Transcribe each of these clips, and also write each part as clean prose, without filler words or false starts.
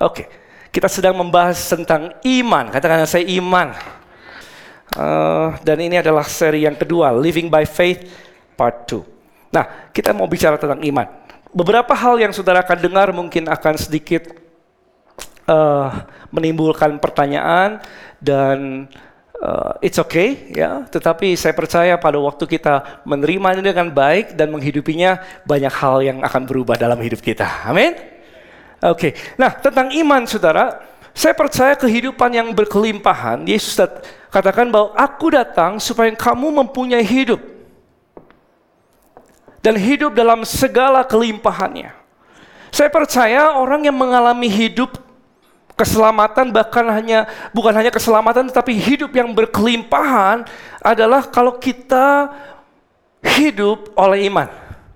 Oke, kita sedang membahas tentang iman. Katakan saya iman. Dan ini adalah seri yang kedua, Living by Faith Part 2. Nah, kita mau bicara tentang iman. Beberapa hal yang saudara akan dengar mungkin akan sedikit menimbulkan pertanyaan dan it's okay ya. Tetapi saya percaya pada waktu kita menerima ini dengan baik dan menghidupinya, banyak hal yang akan berubah dalam hidup kita. Amin. Oke. Nah, tentang iman saudara, saya percaya kehidupan yang berkelimpahan. Yesus katakan bahwa aku datang supaya kamu mempunyai hidup dan hidup dalam segala kelimpahannya. Saya percaya orang yang mengalami hidup keselamatan, bukan hanya keselamatan tetapi hidup yang berkelimpahan adalah kalau kita hidup oleh iman.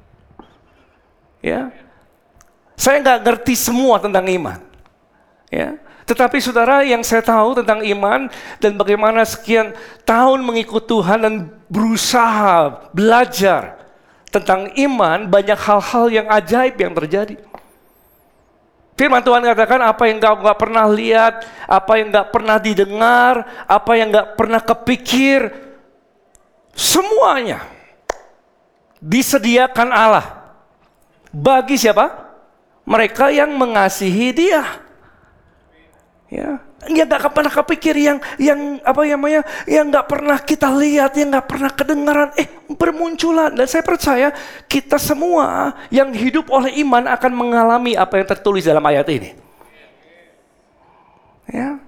Ya. Saya nggak ngerti semua tentang iman. Ya. Tetapi saudara, yang saya tahu tentang iman dan bagaimana sekian tahun mengikut Tuhan dan berusaha belajar tentang iman, banyak hal-hal yang ajaib yang terjadi. Firman Tuhan katakan apa yang kau nggak pernah lihat, apa yang nggak pernah didengar, apa yang nggak pernah kepikir, semuanya disediakan Allah. Bagi siapa? Mereka yang mengasihi Dia. Ya, yang nggak pernah kepikir, yang nggak pernah kita lihat, yang nggak pernah kedengaran, bermunculan. Dan saya percaya kita semua yang hidup oleh iman akan mengalami apa yang tertulis dalam ayat ini. Ya,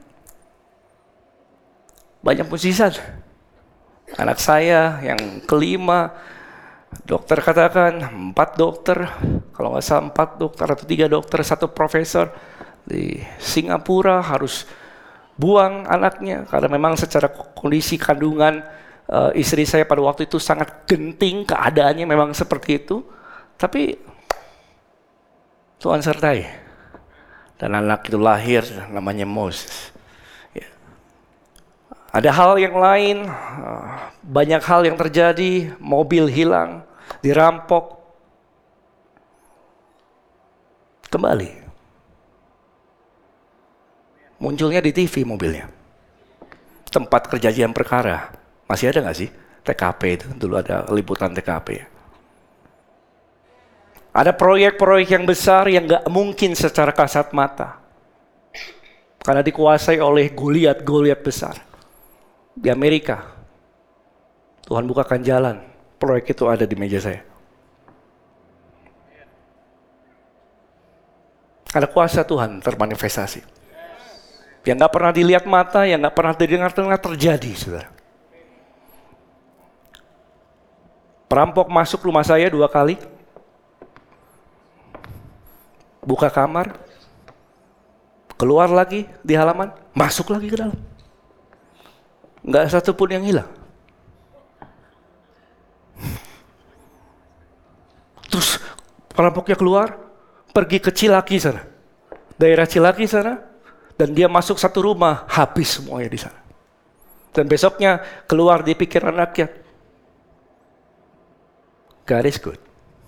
banyak mujizat. Anak saya yang kelima, dokter katakan 4 dokter, kalau nggak salah 4 dokter atau 3 dokter, 1 profesor di Singapura harus buang anaknya karena memang secara kondisi kandungan istri saya pada waktu itu sangat genting, keadaannya memang seperti itu. Tapi Tuhan sertai dan anak itu lahir, namanya Moses. Ya. Ada hal yang lain, banyak hal yang terjadi, mobil hilang, dirampok, kembali. Munculnya di TV mobilnya. Tempat kejadian perkara. Masih ada gak sih? TKP itu, dulu ada liputan TKP. Ada proyek-proyek yang besar yang gak mungkin secara kasat mata. Karena dikuasai oleh Goliat besar. Di Amerika, Tuhan bukakan jalan. Proyek itu ada di meja saya. Ada kuasa Tuhan termanifestasi. Yang gak pernah dilihat mata, yang gak pernah didengar terjadi, saudara. Perampok masuk rumah saya 2 kali. Buka kamar. Keluar lagi di halaman. Masuk lagi ke dalam. Gak satu pun yang hilang. Terus perampoknya keluar. Pergi ke Cilaki sana. Daerah Cilaki sana. Dan dia masuk satu rumah, habis semuanya di sana. Dan besoknya keluar di pikiran rakyat. God is good.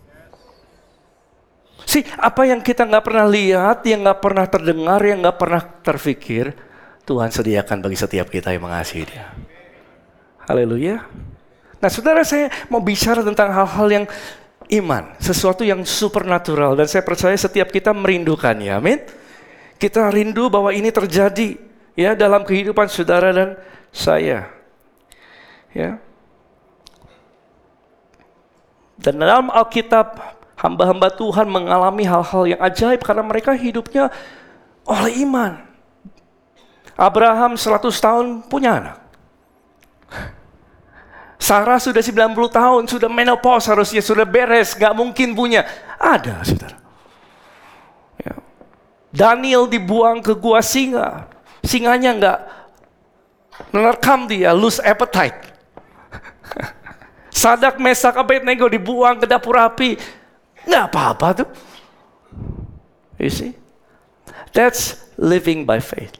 Apa yang kita nggak pernah lihat, yang nggak pernah terdengar, yang nggak pernah terfikir, Tuhan sediakan bagi setiap kita yang mengasihi Dia. Haleluya. Nah, saudara, saya mau bicara tentang hal-hal yang iman, sesuatu yang supernatural, dan saya percaya setiap kita merindukannya. Amin. Kita rindu bahwa ini terjadi ya dalam kehidupan saudara dan saya. Ya. Dan dalam Alkitab, hamba-hamba Tuhan mengalami hal-hal yang ajaib karena mereka hidupnya oleh iman. Abraham 100 tahun punya anak. Sarah sudah 90 tahun, sudah menopause, harusnya sudah beres, gak mungkin punya. Ada, saudara. Ya. Daniel dibuang ke gua singa. Singanya nggak menerkam dia, lose appetite. Sadak, Mesak, Abednego dibuang ke dapur api. Nggak apa-apa tuh. You see? That's living by faith.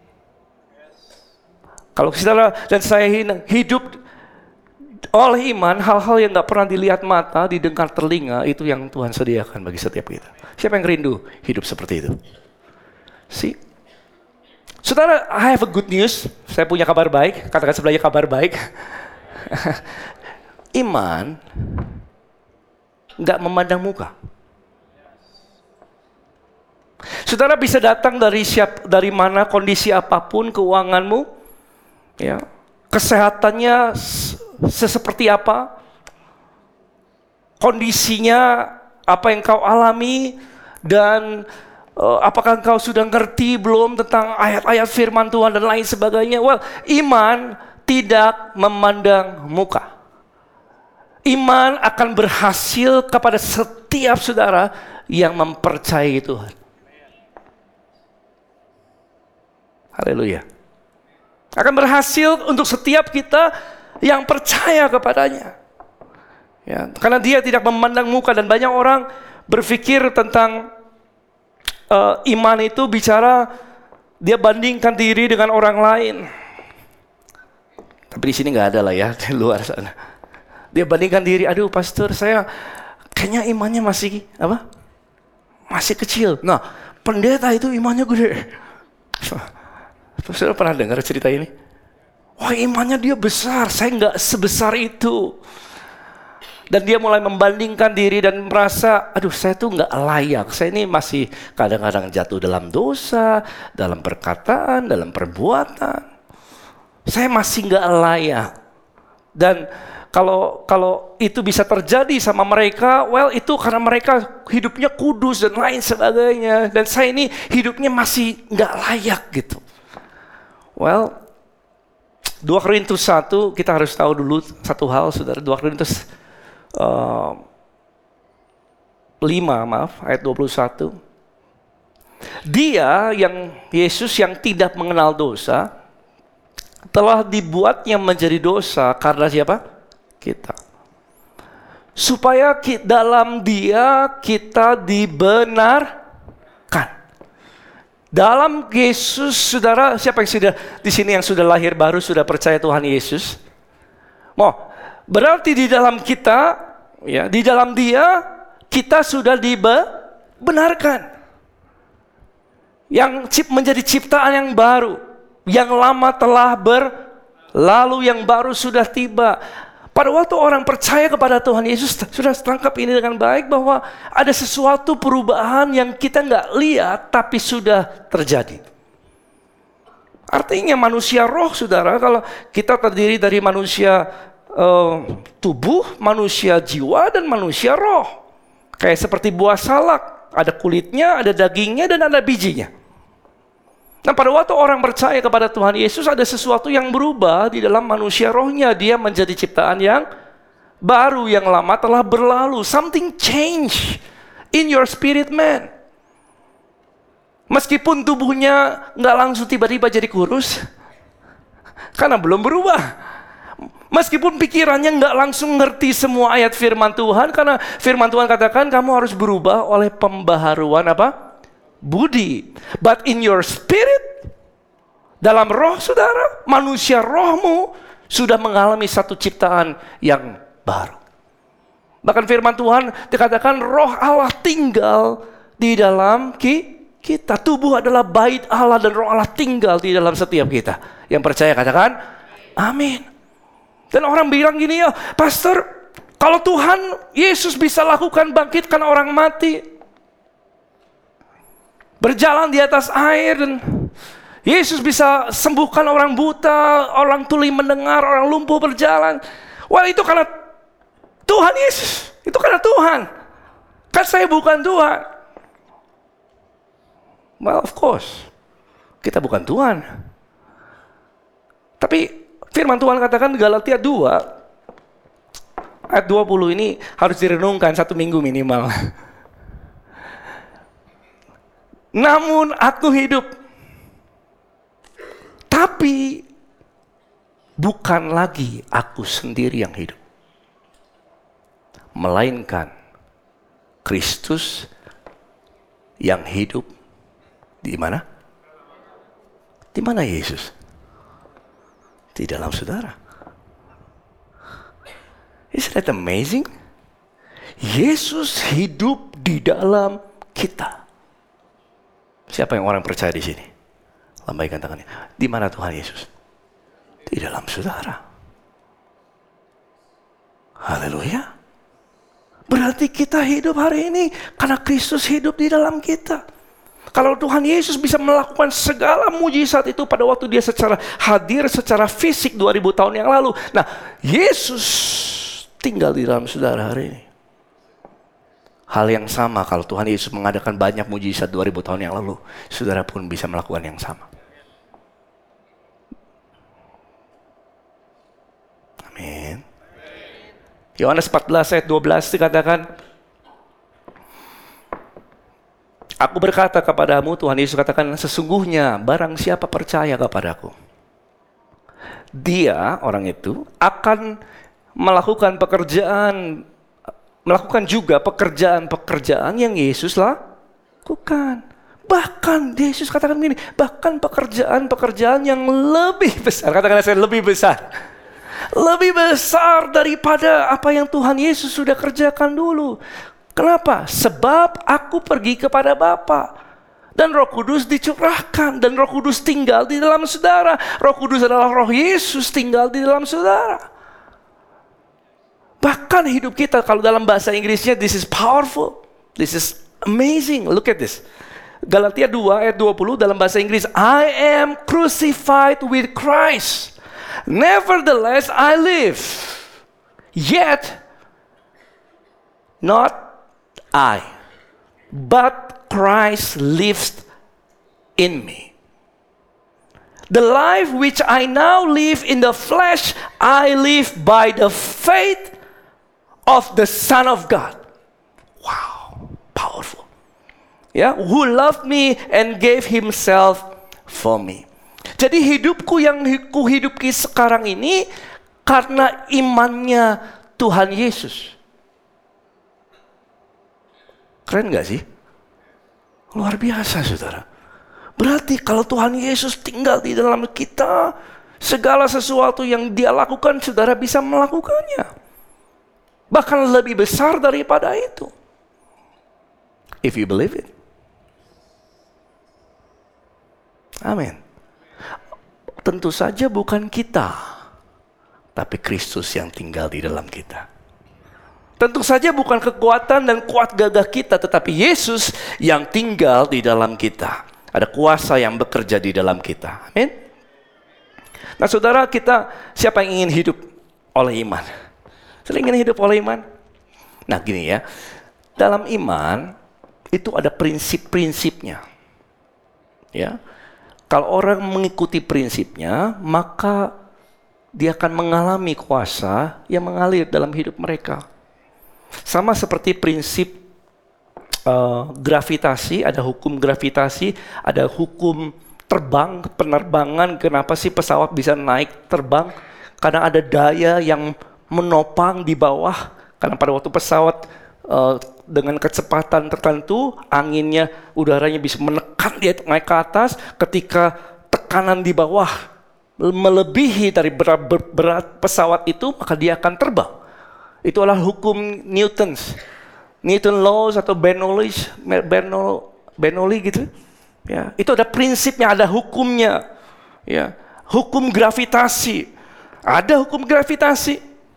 Kalau saudara dan saya hidup oleh iman, hal-hal yang nggak pernah dilihat mata, didengar telinga, itu yang Tuhan sediakan bagi setiap kita. Siapa yang rindu hidup seperti itu? See? Saudara, I have a good news. Saya punya kabar baik. Katakan sebelahnya kabar baik. Iman nggak memandang muka. Saudara bisa datang dari mana, kondisi apapun, keuanganmu, ya, kesehatannya seperti apa, kondisinya apa yang kau alami, dan apakah engkau sudah ngerti belum tentang ayat-ayat firman Tuhan dan lain sebagainya. Well, iman tidak memandang muka. Iman akan berhasil kepada setiap saudara yang mempercayai Tuhan. Haleluya. Akan berhasil untuk setiap kita yang percaya kepadanya. Ya, karena dia tidak memandang muka, dan banyak orang berpikir tentang iman itu bicara dia bandingkan diri dengan orang lain. Tapi di sini nggak ada lah ya, di luar sana. Dia bandingkan diri, aduh pastor saya kayaknya imannya masih apa? Masih kecil. Nah, pendeta itu imannya gede. Saudara pernah dengar cerita ini? Wah, imannya dia besar, saya nggak sebesar itu. Dan dia mulai membandingkan diri dan merasa, aduh saya tuh nggak layak. Saya ini masih kadang-kadang jatuh dalam dosa, dalam perkataan, dalam perbuatan. Saya masih nggak layak. Dan kalau itu bisa terjadi sama mereka, well itu karena mereka hidupnya kudus dan lain sebagainya. Dan saya ini hidupnya masih nggak layak gitu. Well, 2 Korintus 1, kita harus tahu dulu satu hal, saudara. 2 Korintus 5, ayat 21. Dia yang Yesus yang tidak mengenal dosa telah dibuatnya menjadi dosa karena siapa? Kita. Supaya dalam dia kita dibenarkan. Dalam Yesus, saudara, siapa yang sudah di sini yang sudah lahir baru, sudah percaya Tuhan Yesus? Berarti di dalam kita, ya, di dalam dia kita sudah dibenarkan. Yang menjadi ciptaan yang baru, yang lama telah berlalu, yang baru sudah tiba. Pada waktu orang percaya kepada Tuhan Yesus, sudah tangkap ini dengan baik bahwa ada sesuatu perubahan yang kita nggak lihat tapi sudah terjadi. Artinya manusia roh, saudara, kalau kita terdiri dari manusia tubuh, manusia jiwa, dan manusia roh. Kayak seperti buah salak, ada kulitnya, ada dagingnya, dan ada bijinya. Nah, pada waktu orang percaya kepada Tuhan Yesus, ada sesuatu yang berubah di dalam manusia rohnya. Dia menjadi ciptaan yang baru, yang lama telah berlalu. Something change in your spirit man. Meskipun tubuhnya nggak langsung tiba-tiba jadi kurus, karena belum berubah. Meskipun pikirannya nggak langsung ngerti semua ayat firman Tuhan, karena firman Tuhan katakan kamu harus berubah oleh pembaharuan apa? Budi. But in your spirit, dalam roh saudara, manusia rohmu sudah mengalami satu ciptaan yang baru. Bahkan firman Tuhan dikatakan roh Allah tinggal di dalam kita. Tubuh adalah bait Allah dan roh Allah tinggal di dalam setiap kita. Yang percaya katakan amin. Dan orang bilang gini, ya pastor, kalau Tuhan Yesus bisa lakukan bangkitkan orang mati, berjalan di atas air, dan Yesus bisa sembuhkan orang buta, orang tuli mendengar, orang lumpuh berjalan. Wah, itu karena Tuhan Yesus. Itu karena Tuhan. Kan saya bukan Tuhan. Well, of course. Kita bukan Tuhan. Tapi firman Tuhan katakan Galatia 2 ayat 20 ini harus direnungkan 1 minggu minimal. Namun aku hidup, tapi bukan lagi aku sendiri yang hidup, melainkan Kristus yang hidup di mana? Di mana Yesus? Di dalam saudara. Isn't that amazing? Yesus hidup di dalam kita. Siapa yang orang percaya di sini? Lambaikan tangannya. Di mana Tuhan Yesus? Di dalam saudara. Haleluya. Berarti kita hidup hari ini karena Kristus hidup di dalam kita. Kalau Tuhan Yesus bisa melakukan segala mujizat itu pada waktu dia secara hadir, secara fisik 2000 tahun yang lalu. Nah, Yesus tinggal di dalam saudara hari ini. Hal yang sama kalau Tuhan Yesus mengadakan banyak mujizat 2000 tahun yang lalu, saudara pun bisa melakukan yang sama. Amin. Yohanes 14 ayat 12 dikatakan, Aku berkata kepadamu, Tuhan Yesus katakan, sesungguhnya barang siapa percaya kepadaku, dia, orang itu, akan melakukan juga pekerjaan-pekerjaan yang Yesus lakukan. Bahkan Yesus katakan begini, bahkan pekerjaan-pekerjaan yang lebih besar. Katakan saya lebih besar. Lebih besar daripada apa yang Tuhan Yesus sudah kerjakan dulu. Kenapa? Sebab aku pergi kepada Bapa. Dan Roh Kudus dicurahkan. Dan Roh Kudus tinggal di dalam saudara. Roh Kudus adalah Roh Yesus tinggal di dalam saudara. Bahkan hidup kita, kalau dalam bahasa Inggrisnya, this is powerful. This is amazing. Look at this. Galatia 2 ayat 20 dalam bahasa Inggris. I am crucified with Christ. Nevertheless I live. Yet not I, but Christ lives in me. The life which I now live in the flesh, I live by the faith of the Son of God. Wow, powerful. Ya, who loved me and gave himself for me. Jadi hidupku yang kuhidupi sekarang ini karena imannya Tuhan Yesus. Keren gak sih? Luar biasa, saudara. Berarti kalau Tuhan Yesus tinggal di dalam kita, segala sesuatu yang dia lakukan, saudara bisa melakukannya. Bahkan lebih besar daripada itu. If you believe it. Amin. Tentu saja bukan kita, tapi Kristus yang tinggal di dalam kita. Tentu saja bukan kekuatan dan kuat gagah kita, tetapi Yesus yang tinggal di dalam kita. Ada kuasa yang bekerja di dalam kita. Amin. Nah, saudara, kita siapa yang ingin hidup oleh iman? Saya ingin hidup oleh iman. Nah, gini ya. Dalam iman itu ada prinsip-prinsipnya. Ya. Kalau orang mengikuti prinsipnya, maka dia akan mengalami kuasa yang mengalir dalam hidup mereka. Sama seperti prinsip gravitasi, ada hukum gravitasi, ada hukum terbang, penerbangan. Kenapa sih pesawat bisa naik terbang? Karena ada daya yang menopang di bawah. Karena pada waktu pesawat dengan kecepatan tertentu, anginnya, udaranya bisa menekan dia naik ke atas. Ketika tekanan di bawah melebihi dari berat pesawat itu, maka dia akan terbang. Itu adalah hukum Newton laws atau Bernoulli gitu. Ya, itu ada prinsipnya, ada hukumnya. Ya, hukum gravitasi. Ada hukum gravitasi.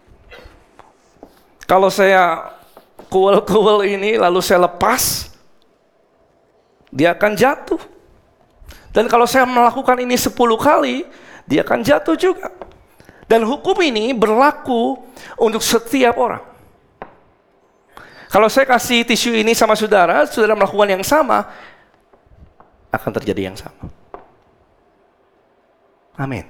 Kalau saya kuel-kuel ini lalu saya lepas, dia akan jatuh. Dan kalau saya melakukan ini 10 kali, dia akan jatuh juga. Dan hukum ini berlaku untuk setiap orang. Kalau saya kasih tisu ini sama saudara, saudara melakukan yang sama, akan terjadi yang sama. Amin.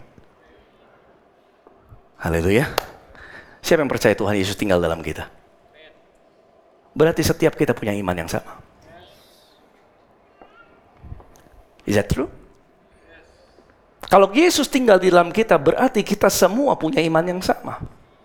Haleluya. Siapa yang percaya Tuhan Yesus tinggal dalam kita? Berarti setiap kita punya iman yang sama. Is that true? Kalau Yesus tinggal di dalam kita, berarti kita semua punya iman yang sama.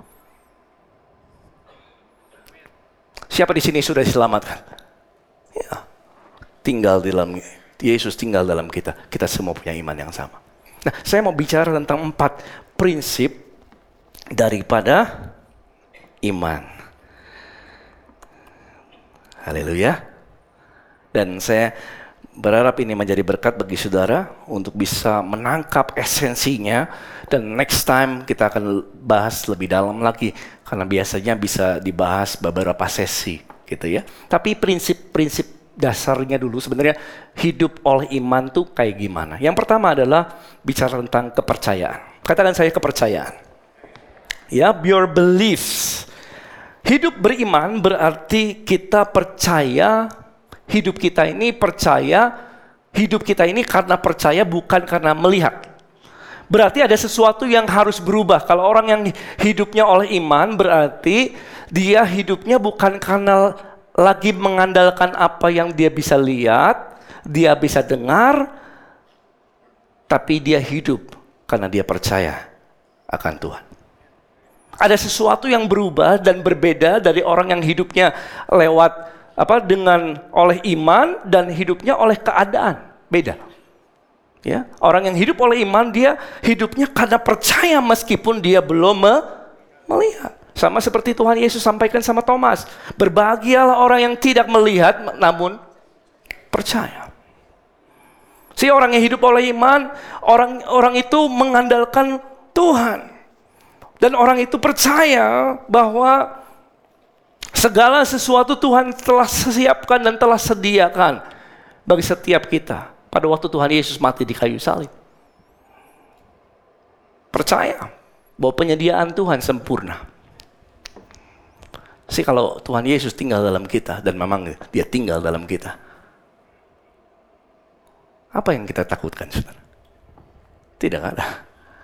Siapa di sini sudah diselamatkan? Ya. Tinggal di dalam Yesus tinggal dalam kita. Kita semua punya iman yang sama. Nah, saya mau bicara tentang 4 prinsip daripada iman. Haleluya. Dan saya berharap ini menjadi berkat bagi saudara untuk bisa menangkap esensinya, dan next time kita akan bahas lebih dalam lagi karena biasanya bisa dibahas beberapa sesi gitu ya. Tapi prinsip-prinsip dasarnya dulu sebenarnya hidup oleh iman tuh kayak gimana. Yang pertama adalah bicara tentang kepercayaan. Katakan saya kepercayaan. Ya, your beliefs. Hidup beriman berarti kita percaya. Hidup kita ini karena percaya, bukan karena melihat. Berarti ada sesuatu yang harus berubah. Kalau orang yang hidupnya oleh iman, berarti dia hidupnya bukan karena lagi mengandalkan apa yang dia bisa lihat, dia bisa dengar, tapi dia hidup karena dia percaya akan Tuhan. Ada sesuatu yang berubah dan berbeda dari orang yang hidupnya lewat oleh iman dan hidupnya oleh keadaan. Beda. Ya, orang yang hidup oleh iman dia hidupnya karena percaya meskipun dia belum melihat. Sama seperti Tuhan Yesus sampaikan sama Thomas, berbahagialah orang yang tidak melihat namun percaya. Si orang yang hidup oleh iman, orang itu mengandalkan Tuhan. Dan orang itu percaya bahwa segala sesuatu Tuhan telah siapkan dan telah sediakan bagi setiap kita pada waktu Tuhan Yesus mati di kayu salib. Percaya bahwa penyediaan Tuhan sempurna. Kalau Tuhan Yesus tinggal dalam kita, dan memang dia tinggal dalam kita, apa yang kita takutkan, saudara? Tidak ada.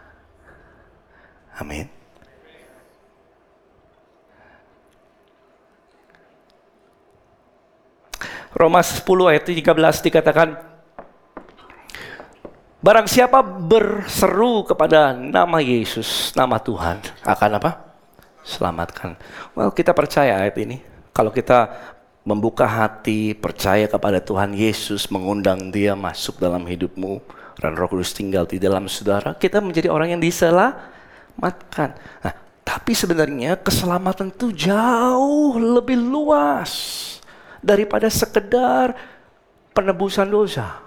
Amin. Roma 10 ayat 13 dikatakan, barang siapa berseru kepada nama Yesus, nama Tuhan, akan apa? Selamatkan. Kita percaya ayat ini. Kalau kita membuka hati, percaya kepada Tuhan Yesus, mengundang Dia masuk dalam hidupmu, dan Roh Kudus tinggal di dalam saudara, kita menjadi orang yang diselamatkan. Nah, tapi sebenarnya keselamatan itu jauh lebih luas daripada sekedar penebusan dosa.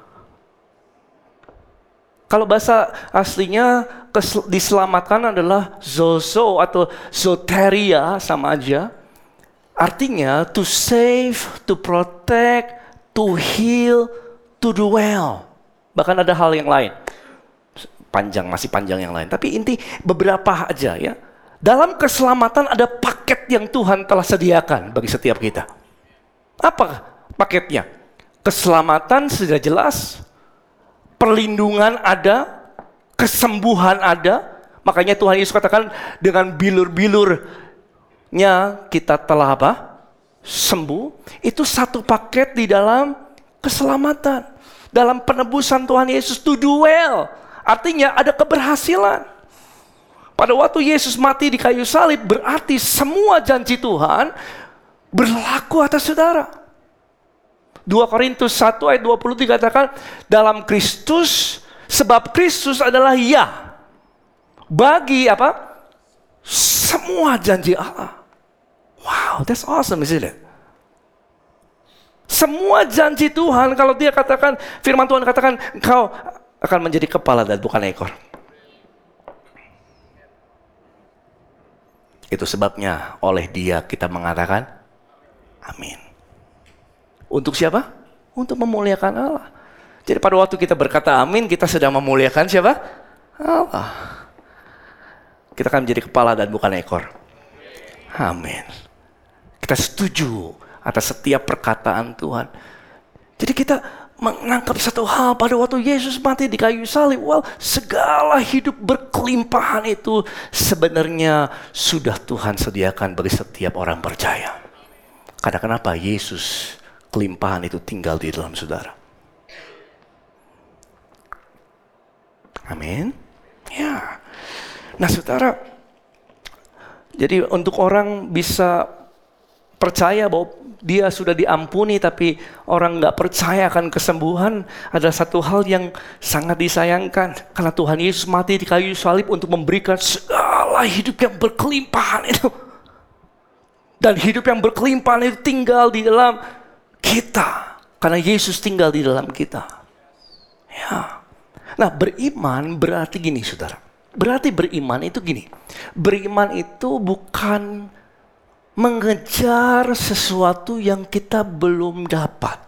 Kalau bahasa aslinya diselamatkan adalah zozo atau zoteria, sama aja. Artinya to save, to protect, to heal, to do well. Bahkan ada hal yang lain. Masih panjang yang lain. Tapi inti beberapa aja ya. Dalam keselamatan ada paket yang Tuhan telah sediakan bagi setiap kita. Apa paketnya? Keselamatan sudah jelas, perlindungan ada, kesembuhan ada. Makanya Tuhan Yesus katakan dengan bilur-bilurnya kita telah apa? Sembuh. Itu satu paket di dalam keselamatan. Dalam penebusan Tuhan Yesus, to do well. Artinya ada keberhasilan. Pada waktu Yesus mati di kayu salib, berarti semua janji Tuhan berlaku atas saudara. 2 Korintus 1 ayat 20 dikatakan, dalam Kristus, sebab Kristus adalah ya bagi apa? Semua janji Allah. Wow, that's awesome, isn't it? Semua janji Tuhan, kalau dia katakan, firman Tuhan katakan, engkau akan menjadi kepala dan bukan ekor. Itu sebabnya oleh Dia kita mengatakan amin. Untuk siapa? Untuk memuliakan Allah. Jadi pada waktu kita berkata amin, kita sedang memuliakan siapa? Allah. Kita akan menjadi kepala dan bukan ekor. Amin. Kita setuju atas setiap perkataan Tuhan. Jadi kita menangkap satu hal pada waktu Yesus mati di kayu salib. Segala hidup berkelimpahan itu sebenarnya sudah Tuhan sediakan bagi setiap orang percaya. Karena kenapa? Yesus, kelimpahan itu tinggal di dalam saudara. Amin. Ya. Nah saudara, jadi untuk orang bisa percaya bahwa dia sudah diampuni, tapi orang gak percaya akan kesembuhan, ada satu hal yang sangat disayangkan. Karena Tuhan Yesus mati di kayu salib untuk memberikan segala hidup yang berkelimpahan itu. Dan hidup yang berkelimpahan itu tinggal di dalam kita. Karena Yesus tinggal di dalam kita. Ya. Nah, beriman berarti gini, saudara. Berarti beriman itu gini. Beriman itu bukan mengejar sesuatu yang kita belum dapat.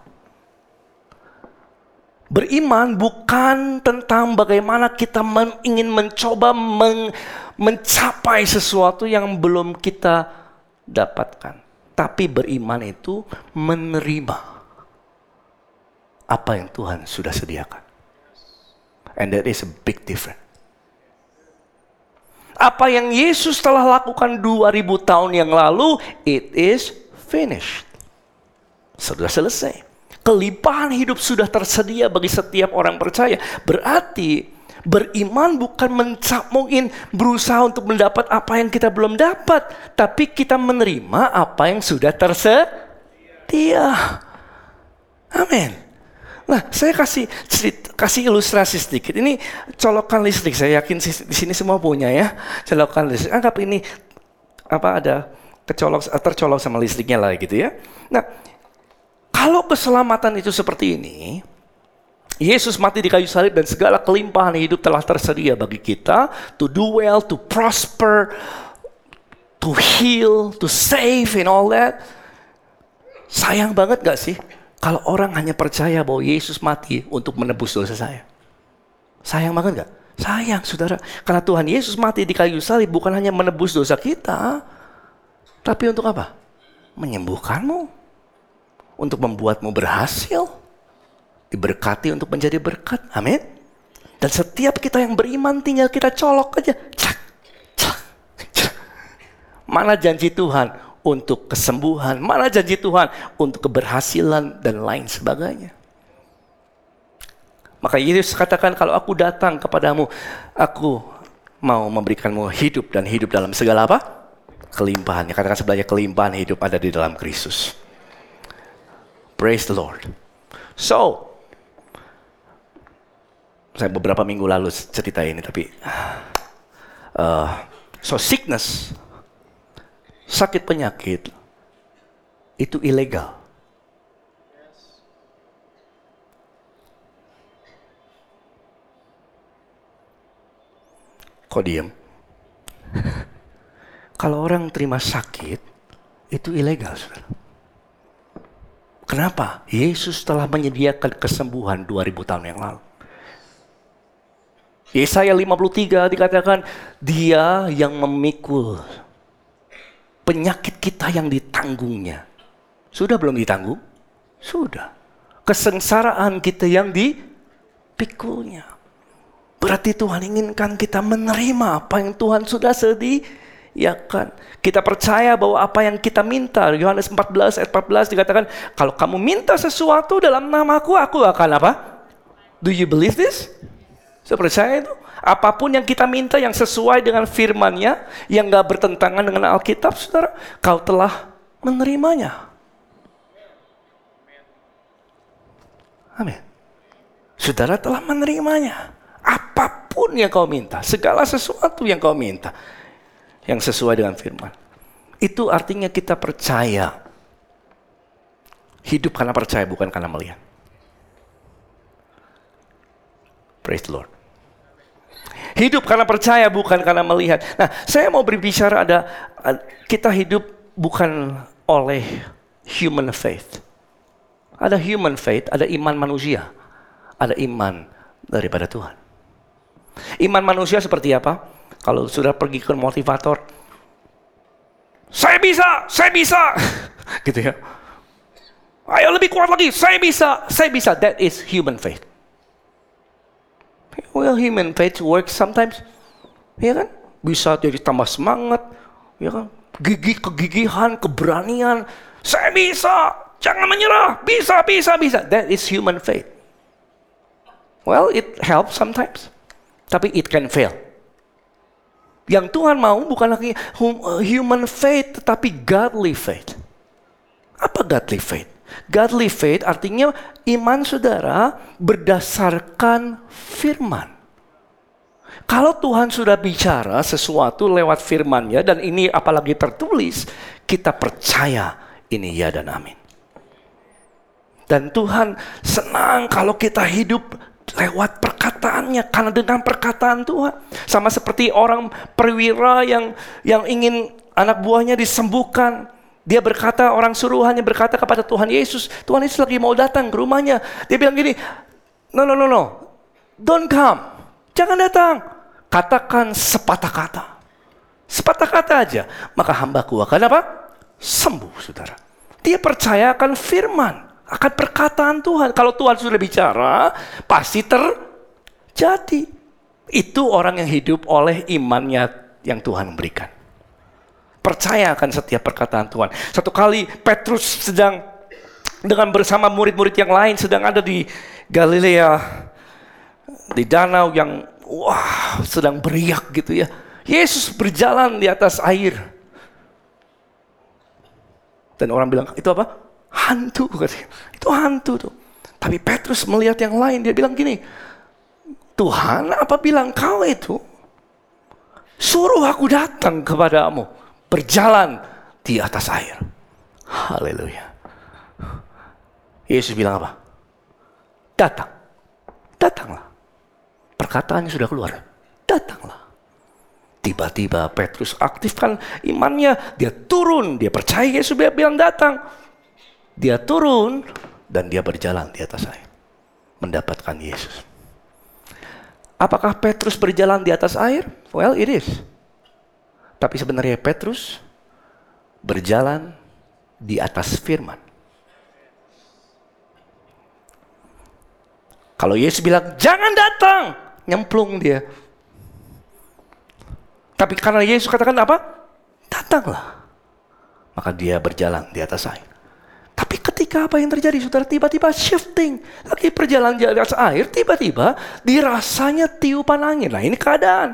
Beriman bukan tentang bagaimana kita ingin mencoba mencapai sesuatu yang belum kita dapatkan. Tapi beriman itu menerima apa yang Tuhan sudah sediakan. And that is a big difference. Apa yang Yesus telah lakukan 2000 tahun yang lalu, it is finished. Sudah selesai. Kelimpahan hidup sudah tersedia bagi setiap orang percaya. Berarti beriman bukan mungkin berusaha untuk mendapat apa yang kita belum dapat, tapi kita menerima apa yang sudah tersedia. Amin. Nah, saya kasih ilustrasi sedikit. Ini colokan listrik. Saya yakin di sini semua punya ya. Colokan listrik. Anggap ini ada tercolok sama listriknya lah gitu ya. Nah, kalau keselamatan itu seperti ini, Yesus mati di kayu salib dan segala kelimpahan hidup telah tersedia bagi kita to do well, to prosper, to heal, to save and all that. Sayang banget gak sih kalau orang hanya percaya bahwa Yesus mati untuk menebus dosa saya? Sayang banget gak? Sayang, saudara. Karena Tuhan Yesus mati di kayu salib bukan hanya menebus dosa kita, tapi untuk apa? Menyembuhkanmu, untuk membuatmu berhasil, diberkati untuk menjadi berkat. Amin. Dan setiap kita yang beriman tinggal kita colok aja. Cak, cak, cak. Mana janji Tuhan untuk kesembuhan, mana janji Tuhan untuk keberhasilan dan lain sebagainya. Maka Yesus katakan, kalau aku datang kepadamu, aku mau memberikanmu hidup dan hidup dalam segala apa? Kelimpahannya. Katakan sebelahnya, kelimpahan hidup ada di dalam Kristus. Praise the Lord. So, saya beberapa minggu lalu cerita ini, tapi sickness, sakit penyakit itu ilegal. Kok diem? Kalau orang terima sakit itu ilegal, saudara. Kenapa? Yesus telah menyediakan kesembuhan 2000 tahun yang lalu. Yesaya 53 dikatakan, Dia yang memikul penyakit kita yang ditanggungnya. Sudah belum ditanggung? Sudah. Kesengsaraan kita yang dipikulnya. Berarti Tuhan inginkan kita menerima apa yang Tuhan sudah sediakan. Kita percaya bahwa apa yang kita minta, Yohanes 14 ayat 14 dikatakan, kalau kamu minta sesuatu dalam namaku, aku akan apa? Do you believe this? Saya percaya itu. Apapun yang kita minta yang sesuai dengan firman-Nya, yang gak bertentangan dengan Alkitab, saudara, kau telah menerimanya. Amin. Saudara telah menerimanya. Apapun yang kau minta, segala sesuatu yang kau minta, yang sesuai dengan firman. Itu artinya kita percaya. Hidup karena percaya, bukan karena melihat. Praise the Lord. Hidup karena percaya, bukan karena melihat. Nah, saya mau berbicara kita hidup bukan oleh human faith. Ada human faith, ada iman manusia. Ada iman daripada Tuhan. Iman manusia seperti apa? Kalau sudah pergi ke motivator, saya bisa, gitu ya. Ayo lebih kuat lagi, saya bisa. That is human faith. Well, human faith works sometimes, ya kan? Bisa jadi tambah semangat, ya kan? Kegigihan, keberanian. Saya bisa, jangan menyerah, bisa. That is human faith. Well, it helps sometimes, tapi it can fail. Yang Tuhan mau bukan lagi human faith, tetapi godly faith. Apa godly faith? Godly faith artinya iman saudara berdasarkan firman. Kalau Tuhan sudah bicara sesuatu lewat firman-Nya, dan ini apalagi tertulis, kita percaya ini ya dan amin. Dan Tuhan senang kalau kita hidup lewat perkataannya, karena dengan perkataan Tuhan. Sama seperti orang perwira yang ingin anak buahnya disembuhkan. Dia berkata, orang suruhannya berkata kepada Tuhan Yesus lagi mau datang ke rumahnya. Dia bilang gini, no, don't come, jangan datang. Katakan sepatah kata. Sepatah kata aja, maka hambaku akan apa? Sembuh, saudara. Dia percaya akan firman, akan perkataan Tuhan. Kalau Tuhan sudah bicara, pasti terjadi. Itu orang yang hidup oleh imannya yang Tuhan berikan. Percaya akan setiap perkataan Tuhan. Satu kali Petrus sedang dengan bersama murid-murid yang lain sedang ada di Galilea, di danau yang sedang beriak gitu ya. Yesus berjalan di atas air. Dan orang bilang, itu apa? Hantu katanya. Itu hantu tuh. Tapi Petrus melihat yang lain, dia bilang gini, Tuhan, apabila Engkau itu suruh aku datang kepadamu, berjalan di atas air. Haleluya. Yesus bilang apa? Datanglah. Perkataannya sudah keluar. Datanglah. Tiba-tiba Petrus aktifkan imannya. Dia turun. Dia percaya Yesus bilang datang. Dia turun dan dia berjalan di atas air. Mendapatkan Yesus. Apakah Petrus berjalan di atas air? Well, it is. Tapi sebenarnya Petrus berjalan di atas firman. Kalau Yesus bilang, jangan datang. Nyemplung dia. Tapi karena Yesus katakan apa? Datanglah. Maka dia berjalan di atas air. Tapi ketika apa yang terjadi, saudara? Tiba-tiba shifting. Lagi perjalanan di atas air, tiba-tiba dirasanya tiupan angin. Nah ini keadaan.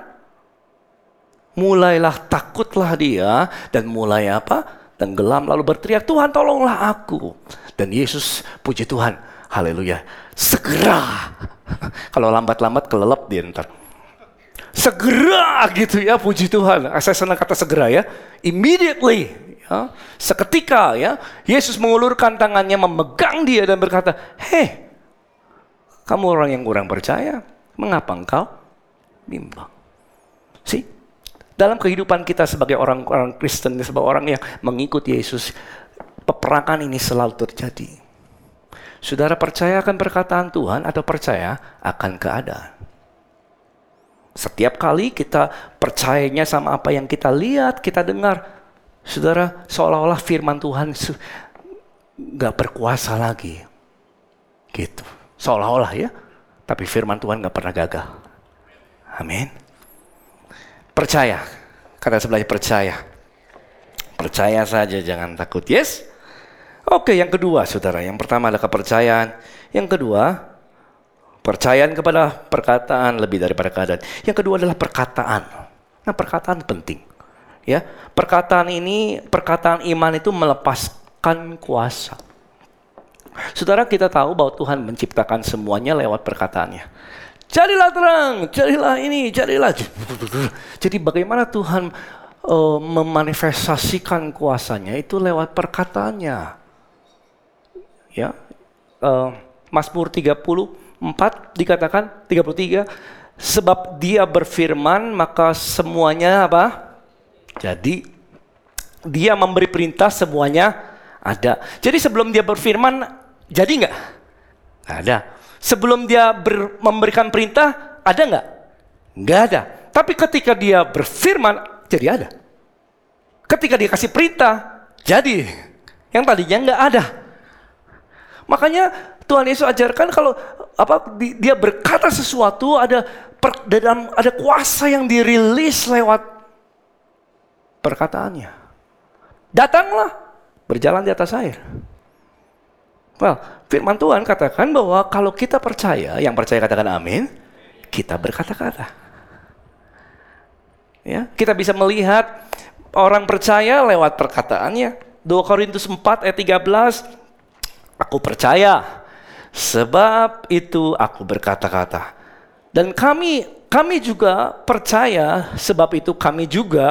Mulailah takutlah dia. Dan mulai apa? Tenggelam lalu berteriak, Tuhan tolonglah aku. Dan Yesus, puji Tuhan, haleluya, segera. Kalau lambat-lambat kelelep dia ntar. Segera gitu ya, puji Tuhan. Saya senang kata segera ya. Immediately, ya, seketika ya, Yesus mengulurkan tangannya memegang dia dan berkata, hei, kamu orang yang kurang percaya, mengapa engkau bimbang? See, dalam kehidupan kita sebagai orang-orang Kristen, sebagai orang yang mengikuti Yesus, peperangan ini selalu terjadi. Saudara percaya akan perkataan Tuhan atau percaya akan keadaan? Setiap kali kita percayanya sama apa yang kita lihat, kita dengar, saudara, seolah-olah firman Tuhan gak berkuasa lagi. Gitu. Seolah-olah ya. Tapi firman Tuhan gak pernah gagal. Amin. Percaya. Kata sebelahnya percaya. Percaya saja, jangan takut. Yes? Oke, yang kedua, saudara. Yang pertama adalah kepercayaan. Yang kedua, percayaan kepada perkataan lebih daripada keadaan. Yang kedua adalah perkataan. Nah, perkataan penting. Ya, perkataan ini, perkataan iman itu melepaskan kuasa. Saudara, kita tahu bahwa Tuhan menciptakan semuanya lewat perkataannya. Jadilah terang, jadilah ini, jadilah. Jadi bagaimana Tuhan memanifestasikan kuasanya itu lewat perkataannya. Ya, Mazmur 34 dikatakan 33, sebab dia berfirman maka semuanya apa? Jadi dia memberi perintah semuanya ada. Jadi sebelum dia berfirman jadi nggak? Ada. Sebelum dia memberikan perintah ada nggak? Nggak ada. Tapi ketika dia berfirman jadi ada. Ketika dia kasih perintah jadi. Yang tadinya nggak ada. Makanya Tuhan Yesus ajarkan kalau dia berkata sesuatu ada kuasa yang dirilis lewat perkataannya. Datanglah, berjalan di atas air. Well, firman Tuhan katakan bahwa kalau kita percaya, yang percaya katakan amin, kita berkata-kata. Ya, kita bisa melihat orang percaya lewat perkataannya. 2 Korintus 4 ayat 13, aku percaya, sebab itu aku berkata-kata. Dan kami juga percaya, sebab itu kami juga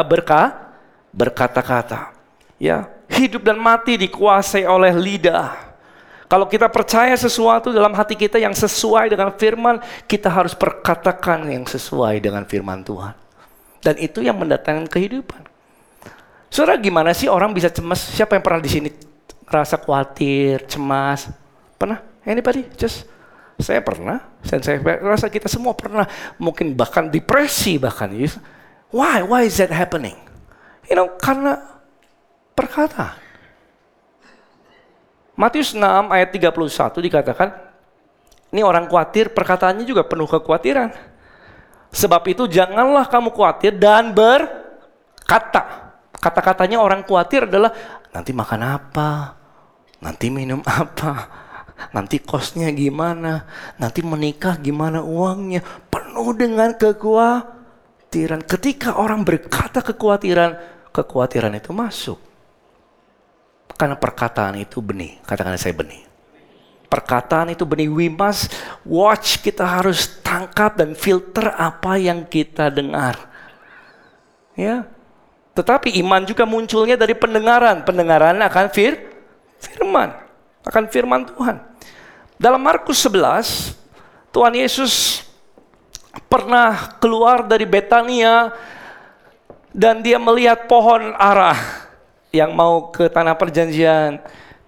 berkata-kata. Ya, hidup dan mati dikuasai oleh lidah. Kalau kita percaya sesuatu dalam hati kita yang sesuai dengan firman, kita harus perkatakan yang sesuai dengan firman Tuhan. Dan itu yang mendatangkan kehidupan. Saudara, gimana sih orang bisa cemas? Siapa yang pernah di sini rasa khawatir, cemas? Pernah? Anybody? Saya pernah. Dan saya rasa kita semua pernah. Mungkin bahkan depresi bahkan. Why? Why is that happening? Karena perkataan. Matius 6 ayat 31 dikatakan, ini orang khawatir, perkataannya juga penuh kekhawatiran. Sebab itu janganlah kamu khawatir dan berkata. Kata-katanya orang khawatir adalah, nanti makan apa? Nanti minum apa? Nanti kosnya gimana? Nanti menikah gimana uangnya? Penuh dengan kekhawatiran. Ketika orang berkata kekhawatiran itu masuk. Karena perkataan itu benih. Katakan saya benih. Perkataan itu benih. We must watch. Kita harus tangkap dan filter apa yang kita dengar. Ya. Tetapi iman juga munculnya dari pendengaran. Pendengaran akan firman. Akan firman Tuhan. Dalam Markus 11, Tuhan Yesus pernah keluar dari Betania dan dia melihat pohon ara yang mau ke tanah perjanjian.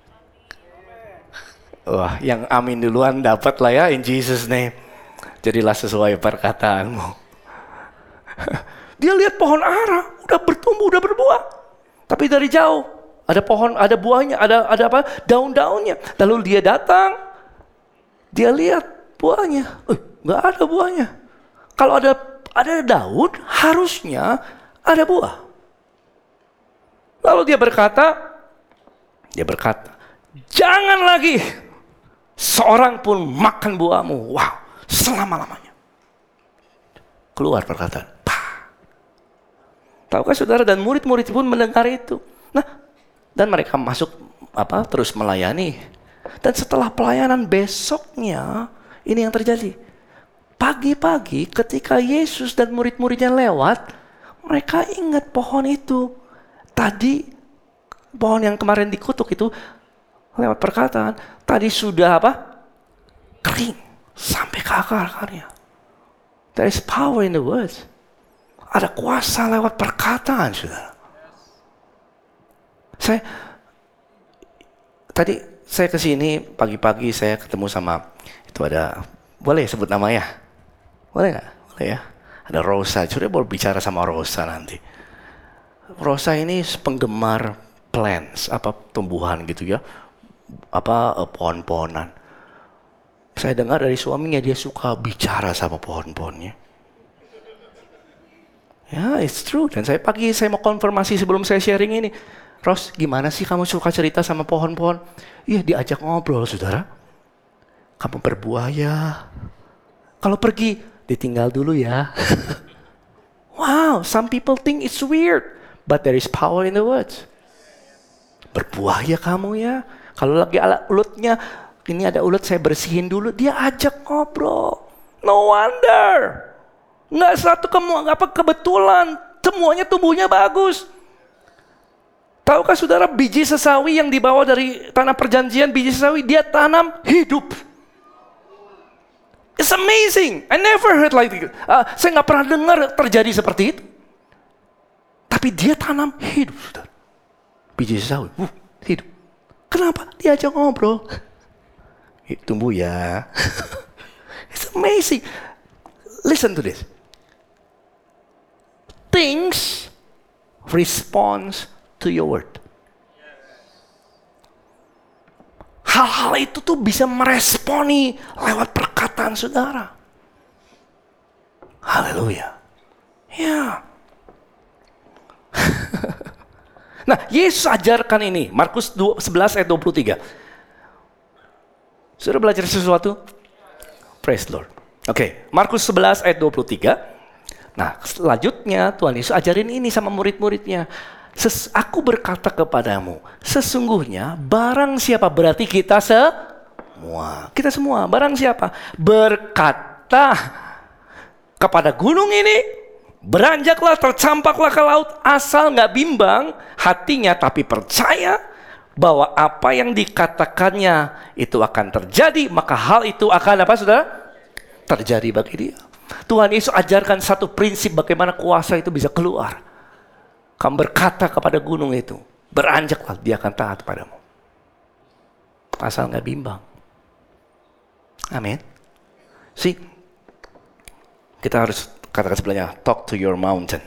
Wah, yang amin duluan dapat lah ya, in Jesus name. Jadilah sesuai perkataanmu. Dia lihat pohon ara, udah bertumbuh, udah berbuah. Tapi dari jauh, ada pohon, ada buahnya, ada apa? Daun-daunnya. Lalu dia datang, dia lihat buahnya. Nggak ada buahnya. Kalau ada daun, harusnya ada buah. Lalu dia berkata, jangan lagi seorang pun makan buahmu. Wow, selama-lamanya. Keluar perkataan. Tahukah saudara, dan murid-murid pun mendengar itu. Nah, dan mereka masuk terus melayani. Dan setelah pelayanan besoknya, ini yang terjadi. Pagi-pagi ketika Yesus dan murid-muridnya lewat, mereka ingat pohon itu. Tadi pohon yang kemarin dikutuk itu lewat perkataan, tadi sudah kering sampai ke akar-akarnya. There is power in the words. Ada kuasa lewat perkataan, saudara. Saya kesini pagi-pagi, saya ketemu sama itu ada, boleh sebut namanya? Boleh nggak? Boleh ya. Ada Rosa. Coba boleh bicara sama Rosa nanti. Rosa ini penggemar plants, tumbuhan gitu ya, pohon-pohonan. Saya dengar dari suaminya dia suka bicara sama pohon-pohonnya. Ya, it's true. Dan saya mau konfirmasi sebelum saya sharing ini. Ros, gimana sih kamu suka cerita sama pohon-pohon? Iya, diajak ngobrol, saudara. Kamu berbuah ya. Kalau pergi, ditinggal dulu ya. Wow, some people think it's weird. But there is power in the words. Berbuah ya kamu ya. Kalau lagi ulutnya, ini ada ulut saya bersihin dulu. Dia ajak ngobrol. No wonder. Nggak satu kebetulan. Semuanya tumbuhnya bagus. Tahukah saudara, biji sesawi yang dibawa dari tanah perjanjian, biji sesawi dia tanam hidup. It's amazing. I never heard like it. Saya nggak pernah dengar terjadi seperti itu. Tapi dia tanam hidup, saudara. Biji sesawi, hidup. Kenapa? Diajak ngobrol. Tumbuh ya. It's amazing. Listen to this. Things responds to your word. Hal-hal itu tuh bisa meresponi lewat perkataan saudara. Haleluya. Ya. Nah, Yesus ajarkan ini. Markus 11 ayat 23. Sudah belajar sesuatu? Praise the Lord. Oke, Markus 11 ayat 23. Nah, selanjutnya Tuhan Yesus ajarin ini sama murid-muridnya. Aku berkata kepadamu, sesungguhnya barang siapa, berarti kita semua. Kita semua, barang siapa berkata kepada gunung ini, beranjaklah, tercampaklah ke laut, asal nggak bimbang hatinya, tapi percaya bahwa apa yang dikatakannya itu akan terjadi, maka hal itu akan apa saudara? Terjadi bagi dia. Tuhan Yesus ajarkan satu prinsip bagaimana kuasa itu bisa keluar. Kamu berkata kepada gunung itu, beranjaklah, dia akan taat padamu. Asal nggak bimbang. Amin. See, kita harus katakan sebelahnya, talk to your mountain.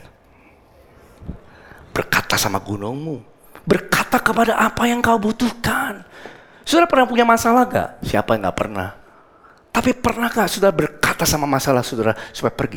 Berkata sama gunungmu. Berkata kepada apa yang kau butuhkan. Saudara pernah punya masalah gak? Siapa yang gak pernah? Tapi pernah gak saudara berkata sama masalah saudara supaya pergi?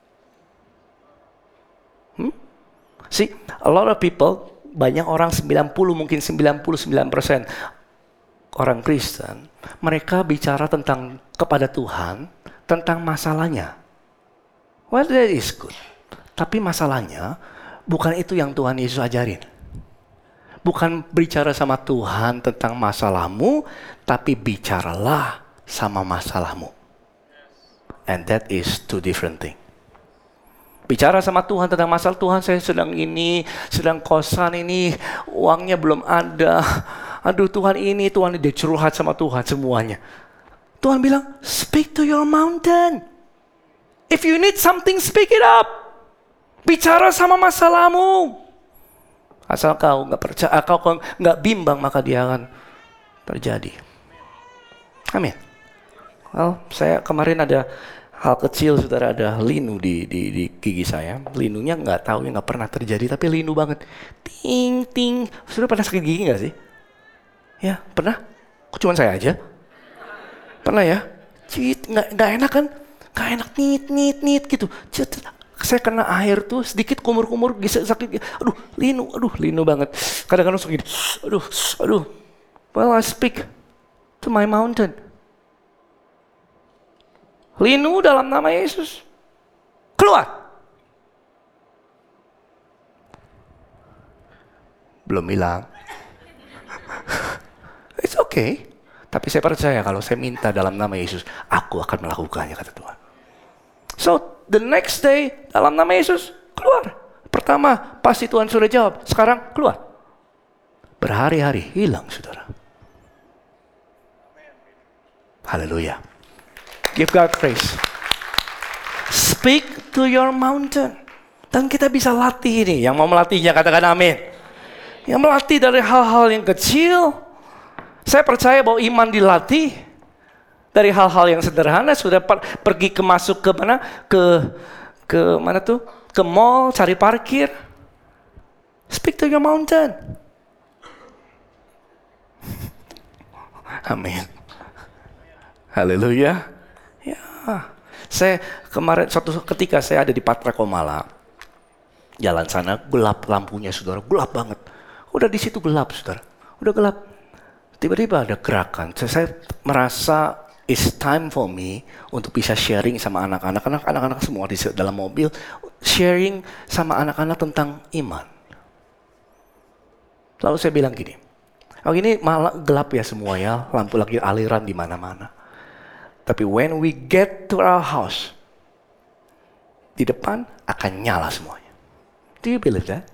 See, a lot of people, banyak orang 90 mungkin 99% orang Kristen, mereka bicara tentang kepada Tuhan, tentang masalahnya. Well, that is good. Tapi masalahnya, bukan itu yang Tuhan Yesus ajarin. Bukan bicara sama Tuhan tentang masalahmu, tapi bicaralah sama masalahmu. And that is two different things. Bicara sama Tuhan tentang masalah, Tuhan saya sedang ini, sedang kosan ini, uangnya belum ada. Aduh Tuhan ini, dia curhat sama Tuhan semuanya. Tuhan bilang, speak to your mountain. If you need something, speak it up. Bicara sama masalahmu. Asal kau nggak percaya, kau nggak bimbang, maka dia akan terjadi. Amin. Well, saya kemarin ada hal kecil, saudara, ada linu di gigi saya. Linunya nggak tahu, nggak pernah terjadi, tapi linu banget. Ting ting. Saudara pernah sakit gigi nggak sih? Ya pernah. Kok cuma saya aja? Pernah ya? Cit, nggak enak kan? Nggak enak, nit gitu. Cit, saya kena air tuh sedikit kumur-kumur, bisa sakit. Aduh, linu banget. Kadang-kadang sakit. Aduh. Well, I speak to my mountain. Linu dalam nama Yesus. Keluar. Belum bilang. It's okay. Tapi saya percaya kalau saya minta dalam nama Yesus, aku akan melakukannya, kata Tuhan. So, the next day, dalam nama Yesus, keluar. Pertama, pasti Tuhan sudah jawab. Sekarang, keluar. Berhari-hari, hilang, saudara. Haleluya. Give God praise. Speak to your mountain. Dan kita bisa latih ini. Yang mau melatihnya katakan amin. Yang melatih dari hal-hal yang kecil. Saya percaya bahwa iman dilatih dari hal-hal yang sederhana. Sudah pergi masuk ke mana? Ke mana tuh? Ke mall, cari parkir. Speak to your mountain. Amin. Haleluya. Ya, saya kemarin suatu ketika saya ada di Patra Komala, jalan sana gelap lampunya, saudara, gelap banget. Udah di situ gelap, saudara, udah gelap. Tiba-tiba ada gerakan. Saya merasa it's time for me untuk bisa sharing sama anak-anak semua di dalam mobil, sharing sama anak-anak tentang iman. Lalu saya bilang gini, oh ini malah gelap ya semua ya, lampu lagi aliran di mana-mana. Tapi when we get to our house, di depan akan nyala semuanya. Do you believe that?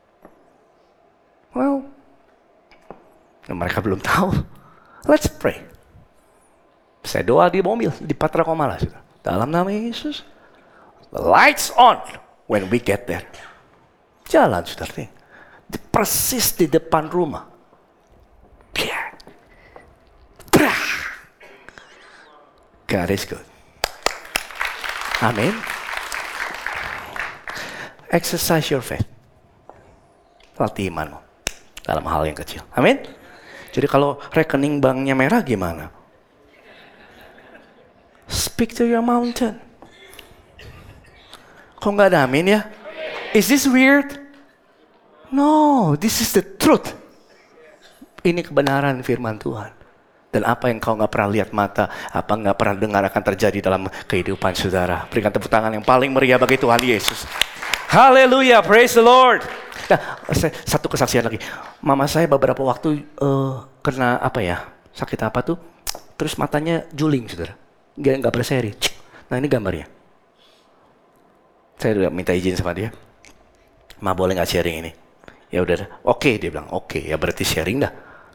Well, mereka belum tahu. Let's pray. Saya doa di mobil, di Patra Komala. Dalam nama Yesus, the lights on when we get there. Jalan, saudara. Persis di depan rumah. God is good. Amin. Exercise your faith. Latih imanmu dalam hal yang kecil. Amin. Jadi kalau rekening banknya merah gimana? Speak to your mountain. Kok nggak ada amin ya? Is this weird? No, this is the truth. Ini kebenaran firman Tuhan. Dan apa yang kau nggak pernah lihat mata, apa nggak pernah dengar akan terjadi dalam kehidupan saudara. Berikan tepuk tangan yang paling meriah bagi Tuhan Yesus. Haleluya, praise the Lord. Nah, satu kesaksian lagi. Mama saya beberapa waktu kena apa ya, sakit apa tuh, terus matanya juling, saudara. Nggak berseri. Nah ini gambarnya. Saya udah minta izin sama dia. Ma boleh nggak sharing ini? Ya udah, oke dia bilang, oke ya berarti sharing dah.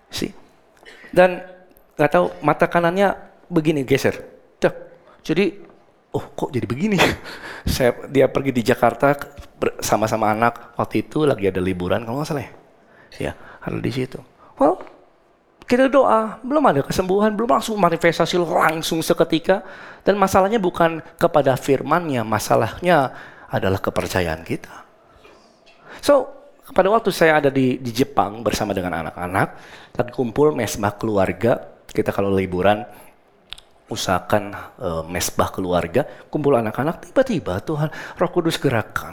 See? Dan nggak tahu mata kanannya begini geser. Dah. Jadi, oh kok jadi begini? Dia pergi di Jakarta sama-sama anak waktu itu lagi ada liburan kalau nggak salah ya. Ada di situ. Well, kita doa, belum ada kesembuhan, belum langsung manifestasi langsung seketika. Dan masalahnya bukan kepada firman-Nya, masalahnya adalah kepercayaan kita. So, pada waktu saya ada di Jepang bersama dengan anak-anak, lagi kumpul mesbah keluarga, kita kalau liburan usahakan mesbah keluarga, kumpul anak-anak, tiba-tiba Tuhan Roh Kudus gerakan.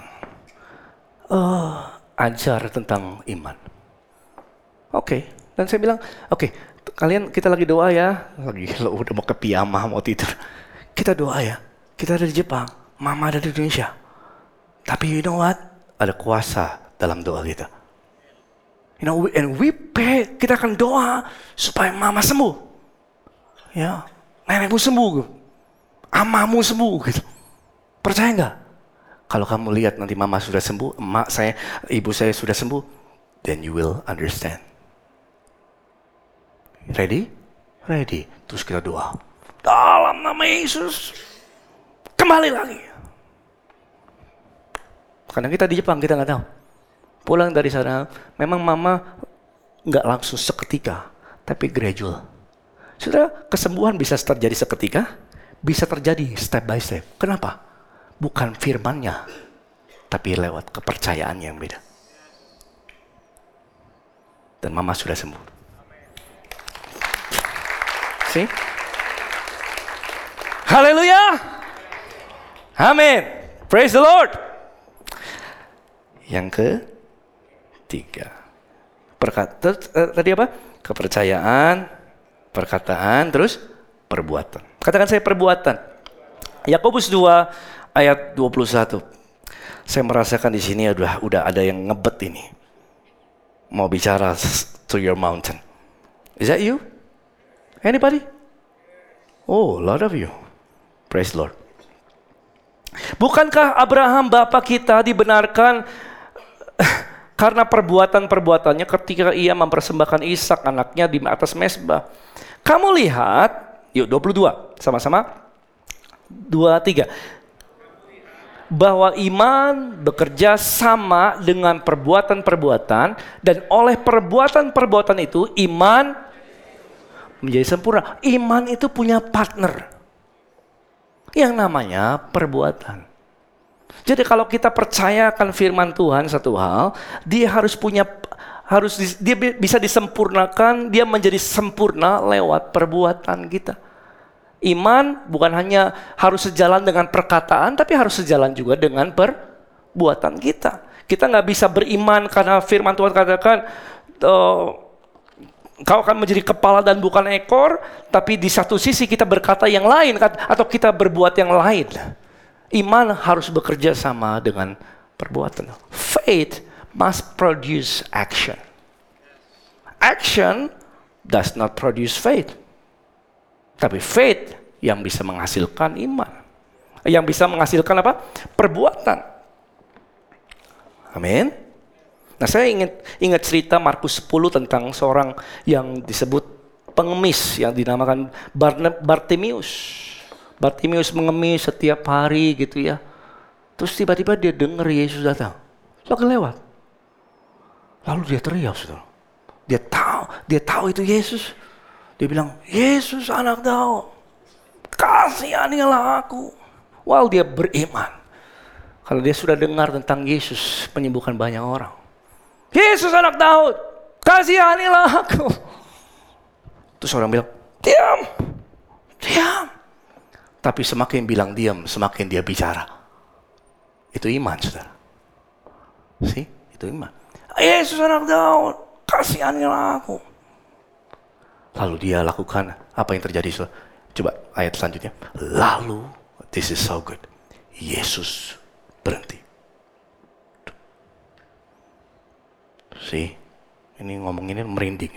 Ajar tentang iman. Oke. Dan saya bilang, oke, kalian kita lagi doa ya. Udah mau ke piyamah, mau tidur. Kita doa ya. Kita ada di Jepang, mama ada di Indonesia. Tapi you know what? Ada kuasa dalam doa kita. You know, we pray, kita akan doa supaya mama sembuh. Ya, nenekmu sembuh. Amamu sembuh gitu. Percaya nggak? Kalau kamu lihat nanti mama sudah sembuh, ibu saya sudah sembuh, then you will understand. Ready? Ready. Terus kita doa. Dalam nama Yesus. Kembali lagi. Karena kita di Jepang, kita nggak tahu. Pulang dari sana, memang mama nggak langsung seketika, tapi gradual. Saudara, kesembuhan bisa terjadi seketika, bisa terjadi step by step. Kenapa? Bukan firman-Nya, tapi lewat kepercayaan yang beda. Dan mama sudah sembuh. See? Haleluya. Amin. Praise the Lord. Yang ketiga. Tadi apa? Kepercayaan, perkataan, terus perbuatan. Katakan saya perbuatan. Yakobus 2 ayat 21. Saya merasakan di sini udah ada yang ngebet ini. Mau bicara to your mountain. Is that you? Anybody? Oh, a lot of you. Praise the Lord. Bukankah Abraham bapa kita dibenarkan karena perbuatan-perbuatannya ketika ia mempersembahkan Ishak anaknya di atas mezbah? Kamu lihat, yuk 22, sama-sama. 23. Bahwa iman bekerja sama dengan perbuatan-perbuatan, dan oleh perbuatan-perbuatan itu iman menjadi sempurna. Iman itu punya partner yang namanya perbuatan. Jadi kalau kita percayakan firman Tuhan satu hal, dia dia bisa disempurnakan, dia menjadi sempurna lewat perbuatan kita. Iman bukan hanya harus sejalan dengan perkataan, tapi harus sejalan juga dengan perbuatan kita. Kita nggak bisa beriman karena firman Tuhan katakan, kau akan menjadi kepala dan bukan ekor, tapi di satu sisi kita berkata yang lain, atau kita berbuat yang lain. Iman harus bekerja sama dengan perbuatan. Faith must produce action. Action does not produce faith. Tapi faith yang bisa menghasilkan iman. Yang bisa menghasilkan apa? Perbuatan. Amin. Nah, saya ingat cerita Markus 10 tentang seorang yang disebut pengemis yang dinamakan Bartimeus. Bartimeus mengemis setiap hari gitu ya. Terus tiba-tiba dia dengar Yesus datang. Lagi lewat. Lalu dia teriak, saudara. Dia tahu itu Yesus. Dia bilang, Yesus anak Daud, kasihanilah aku. While dia beriman. Kalau dia sudah dengar tentang Yesus menyembuhkan banyak orang. Yesus anak Daud, kasihanilah aku. Terus orang bilang, diam. Tapi semakin bilang diam, semakin dia bicara. Itu iman, saudara. Itu iman. Yesus anak Daud, kasihanilah aku. Lalu dia lakukan apa yang terjadi, saudara. Coba ayat selanjutnya. Lalu, this is so good. Yesus berhenti. Ini ngomonginnya merinding.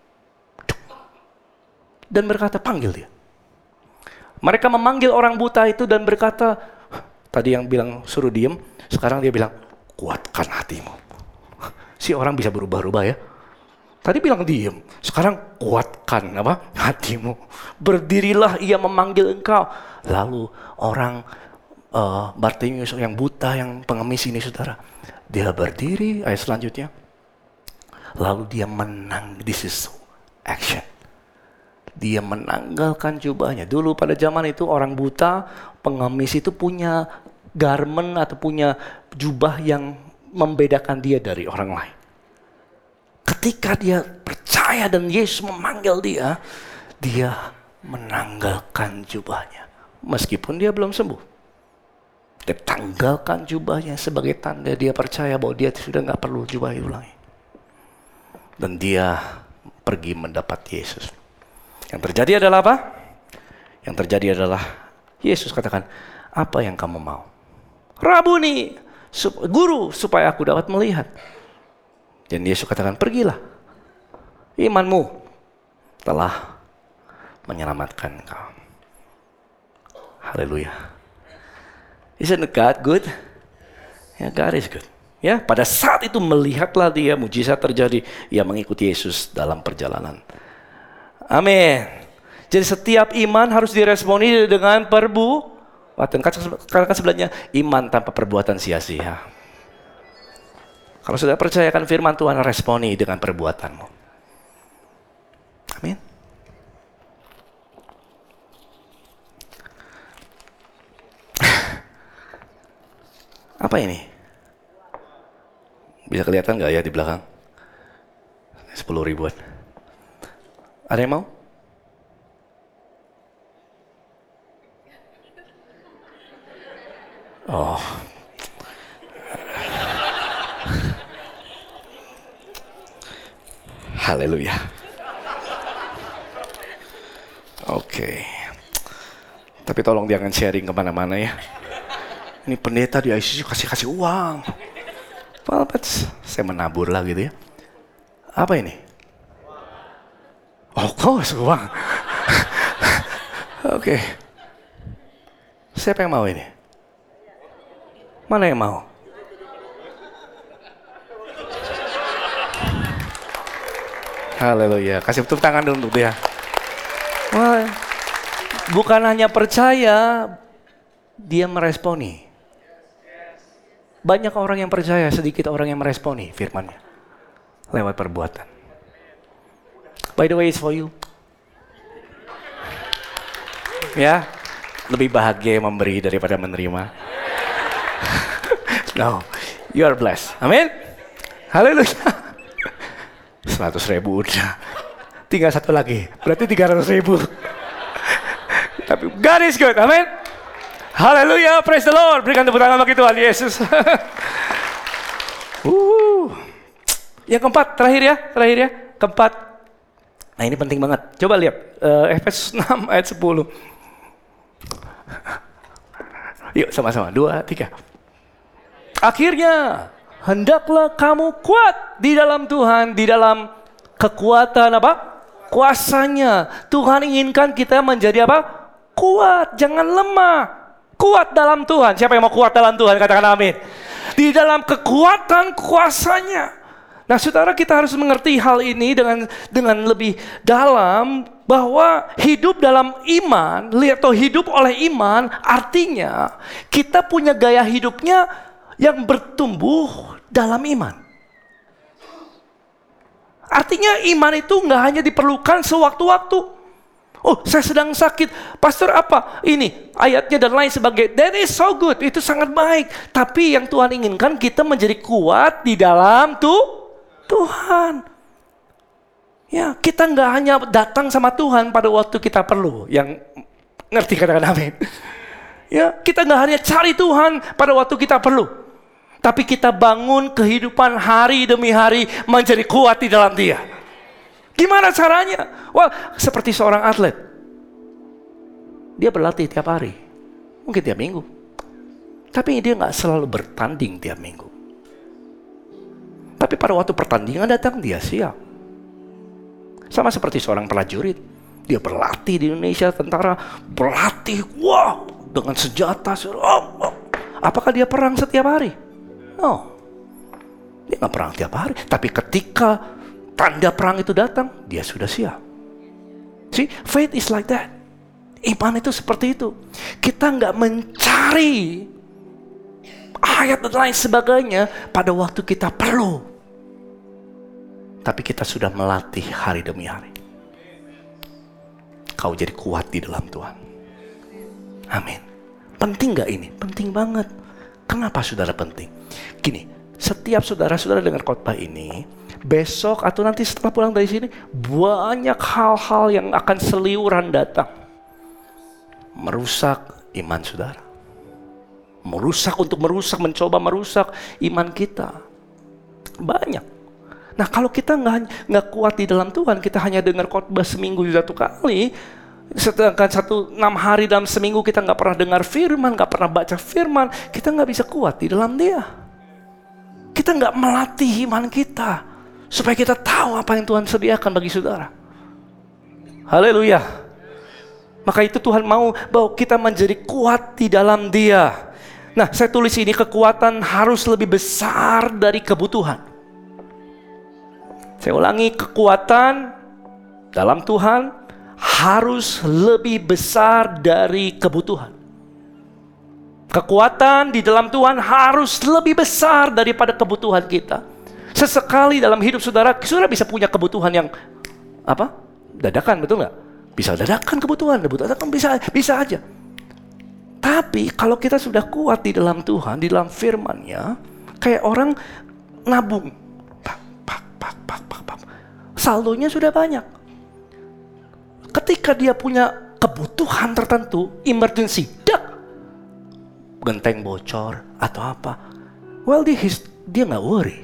Dan berkata, panggil dia. Mereka memanggil orang buta itu dan berkata, tadi yang bilang suruh diem, sekarang dia bilang, kuatkan hatimu. Si orang bisa berubah-ubah ya. Tadi bilang diem, sekarang kuatkan apa hatimu. Berdirilah, ia memanggil engkau. Lalu orang Bartimeus yang buta, yang pengemis ini saudara, dia berdiri, ayat selanjutnya. Lalu dia menang, this is action. Dia menanggalkan jubahnya. Dulu pada zaman itu orang buta, pengemis itu punya garment atau punya jubah yang membedakan dia dari orang lain. Ketika dia percaya dan Yesus memanggil dia, dia menanggalkan jubahnya. Meskipun dia belum sembuh. Dia tanggalkan jubahnya sebagai tanda dia percaya bahwa dia sudah gak perlu jubah itu lagi. Dan dia pergi mendapat Yesus. Yang terjadi adalah apa? Yang terjadi adalah Yesus katakan, apa yang kamu mau? Rabuni, guru, supaya aku dapat melihat. Dan Yesus katakan, pergilah. Imanmu telah menyelamatkan kau. Haleluya. Isn't God good? Ya, God is good. Ya, pada saat itu melihatlah dia, mujizat terjadi, ia mengikuti Yesus dalam perjalanan. Amin. Jadi setiap iman harus diresponi dengan perbuatan. Katakan sebelahnya, iman tanpa perbuatan sia-sia. Kalau sudah percayakan firman Tuhan, responi dengan perbuatanmu. Amin. Apa ini? Bisa kelihatan nggak ya di belakang? 10 ribuan. Ada yang mau? Oh. Haleluya. Oke. Tapi tolong jangan sharing kemana-mana ya. Ini pendeta di ICU kasih uang. Well, saya menabur lah gitu ya. Apa ini? Oh, kos uang. Oke. Siapa yang mau ini? Mana yang mau? Haleluya. Kasih tepuk tangan dulu untuk dia. Wah, bukan hanya percaya, dia meresponi. Banyak orang yang percaya, sedikit orang yang meresponi firman-Nya lewat perbuatan. By the way, it's for you. Ya, lebih bahagia memberi daripada menerima. No, you are blessed. Amin. Haleluya. 100.000 udah. Tinggal satu lagi, berarti 300.000. Tapi God is good, amin. Haleluya, praise the Lord. Berikan tepuk tangan bagi Tuhan Yesus. Yang keempat, terakhir ya. Keempat. Nah, ini penting banget. Coba lihat Efesus 6 ayat 10. Yuk sama-sama, 2, 3. Akhirnya, hendaklah kamu kuat di dalam Tuhan, di dalam kekuatan apa? Kuasanya. Tuhan inginkan kita menjadi apa? Kuat, jangan lemah. Kuat dalam Tuhan. Siapa yang mau kuat dalam Tuhan? Katakan amin. Di dalam kekuatan kuasanya. Nah, saudara, kita harus mengerti hal ini dengan lebih dalam, bahwa hidup dalam iman, atau hidup oleh iman, artinya kita punya gaya hidupnya yang bertumbuh dalam iman. Artinya iman itu nggak hanya diperlukan sewaktu-waktu. Oh, saya sedang sakit. Pastor, apa? Ini ayatnya dan lain sebagainya. That is so good. Itu sangat baik. Tapi yang Tuhan inginkan kita menjadi kuat di dalam Tuhan. Ya, kita nggak hanya datang sama Tuhan pada waktu kita perlu. Yang ngerti katakan amin. Ya, kita nggak hanya cari Tuhan pada waktu kita perlu. Tapi kita bangun kehidupan hari demi hari menjadi kuat di dalam Dia. Gimana caranya? Wah, seperti seorang atlet. Dia berlatih tiap hari. Mungkin tiap minggu. Tapi dia nggak selalu bertanding tiap minggu. Tapi pada waktu pertandingan datang, dia siap. Sama seperti seorang prajurit. Dia berlatih di Indonesia, tentara. Berlatih, wow, dengan senjata. Apakah dia perang setiap hari? No. Dia nggak perang tiap hari. Tapi ketika tanda perang itu datang, dia sudah siap. See, faith is like that. Iman itu seperti itu. Kita nggak mencari ayat dan lain sebagainya pada waktu kita perlu. Tapi kita sudah melatih hari demi hari. Kau jadi kuat di dalam Tuhan. Amin. Penting gak ini? Penting banget. Kenapa saudara penting? Gini, setiap saudara-saudara dengar khotbah ini, besok atau nanti setelah pulang dari sini, banyak hal-hal yang akan seliuran datang. Merusak iman saudara. Mencoba merusak iman kita. Banyak. Nah, kalau kita nggak kuat di dalam Tuhan, kita hanya dengar khotbah seminggu 1 kali, sedangkan 6 hari dalam seminggu kita nggak pernah dengar firman, nggak pernah baca firman, kita nggak bisa kuat di dalam Dia. Kita nggak melatih iman kita supaya kita tahu apa yang Tuhan sediakan bagi saudara. Haleluya. Maka itu Tuhan mau bahwa kita menjadi kuat di dalam Dia. Nah, saya tulis ini, kekuatan harus lebih besar dari kebutuhan. Saya ulangi, kekuatan dalam Tuhan harus lebih besar dari kebutuhan. Kekuatan di dalam Tuhan harus lebih besar daripada kebutuhan kita. Sesekali dalam hidup saudara bisa punya kebutuhan yang dadakan, betul nggak? Bisa dadakan kebutuhan bisa aja. Tapi kalau kita sudah kuat di dalam Tuhan, di dalam firman-Nya, kayak orang nabung. Saldonya sudah banyak. Ketika dia punya kebutuhan tertentu, emergency, genteng bocor atau apa, well dia nggak worry.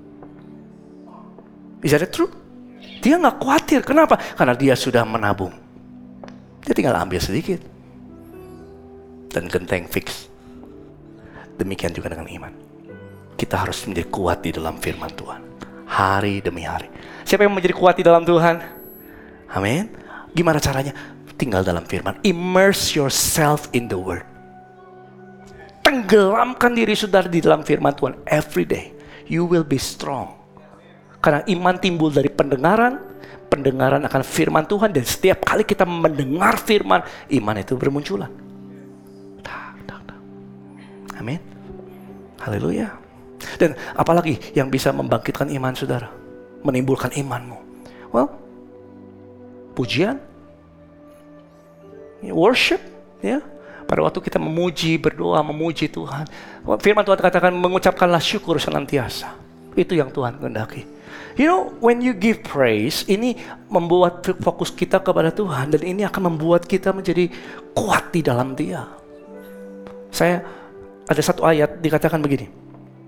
Is that true? Dia nggak khawatir. Kenapa? Karena dia sudah menabung. Dia tinggal ambil sedikit dan genteng fix. Demikian juga dengan iman. Kita harus menjadi kuat di dalam firman Tuhan, hari demi hari. Siapa yang menjadi kuat di dalam Tuhan? Amin. Gimana caranya? Tinggal dalam firman. Immerse yourself in the word. Tenggelamkan diri saudara di dalam firman Tuhan. Every day you will be strong. Karena iman timbul dari pendengaran. Pendengaran akan firman Tuhan. Dan setiap kali kita mendengar firman, iman itu bermunculan. Amin. Haleluya. Dan apalagi yang bisa membangkitkan iman saudara, menimbulkan imanmu? Well, pujian, worship, ya. Pada waktu kita memuji, berdoa, memuji Tuhan, firman Tuhan katakan mengucapkanlah syukur senantiasa. Itu yang Tuhan kehendaki. You know, when you give praise, ini membuat fokus kita kepada Tuhan, dan ini akan membuat kita menjadi kuat di dalam Dia. Saya ada satu ayat dikatakan begini.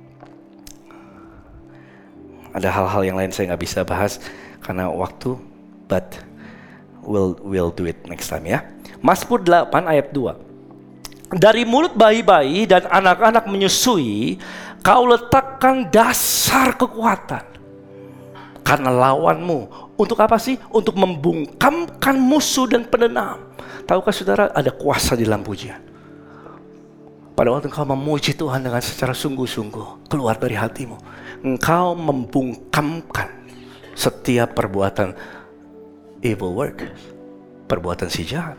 Ada hal-hal yang lain saya nggak bisa bahas karena waktu, but we'll do it next time ya. Mazmur 8 ayat 2. Dari mulut bayi-bayi dan anak-anak menyusui, kau letakkan dasar kekuatan. Karena lawanmu, untuk apa sih? Untuk membungkamkan musuh dan penenam. Tahukah saudara, ada kuasa di dalam pujian. Pada waktu engkau memuji Tuhan dengan secara sungguh-sungguh, keluar dari hatimu, engkau membungkamkan setiap perbuatan evil work, perbuatan si jahat.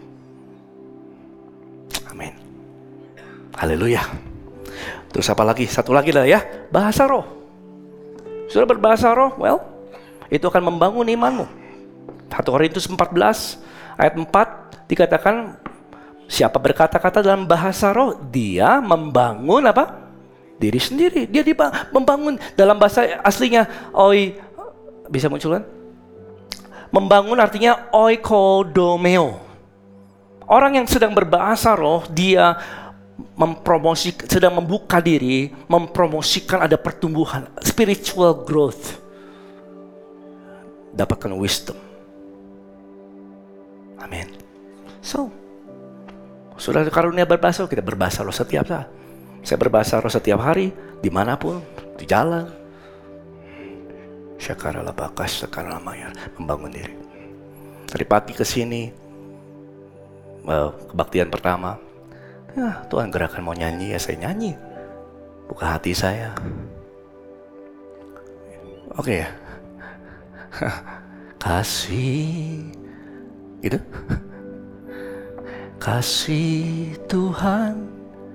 Amin. Haleluya. Terus apa lagi? Satu lagi lah ya, bahasa roh. Sudah berbahasa roh, well, itu akan membangun imanmu. 1 Korintus 14 ayat 4 dikatakan, siapa berkata-kata dalam bahasa roh, dia membangun apa? Diri sendiri. Dia membangun dalam bahasa aslinya bisa muncul kan? Membangun artinya oikodomeo. Orang yang sedang berbahasa roh, dia sedang membuka diri, mempromosikan ada pertumbuhan, spiritual growth. Dapatkan wisdom. Amin. So, sudah karunia berbahasa roh, kita berbahasa roh setiap saat. Saya berbahasa roh setiap hari, dimanapun, di jalan. Syakarala bakas, syakarala mayar, membangun diri. Dari pagi ke sini, kebaktian pertama, ya, Tuhan gerakan mau nyanyi, ya saya nyanyi. Buka hati saya. Oke ya. Kasih, gitu. Kasih Tuhan,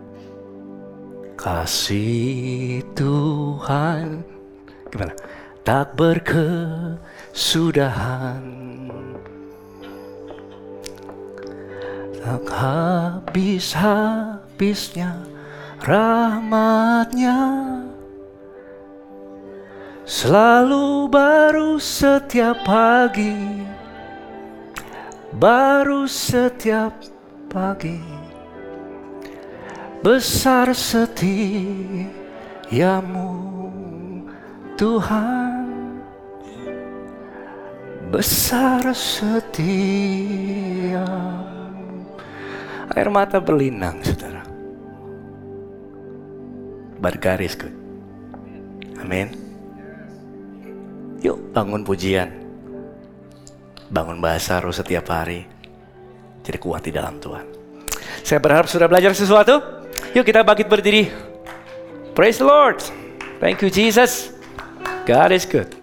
kasih Tuhan, gimana? Tak berkesudahan, tak habis-habisnya rahmat-Nya, selalu baru setiap pagi, baru setiap pagi. Besar setiamu Tuhan, besar setiamu. Air mata berlinang, saudara. But God is good. Amin. Yuk bangun pujian, bangun bahasa roh setiap hari, jadi kuat di dalam Tuhan. Saya berharap sudah belajar sesuatu. Yuk kita bangkit berdiri. Praise the Lord. Thank you Jesus. God is good.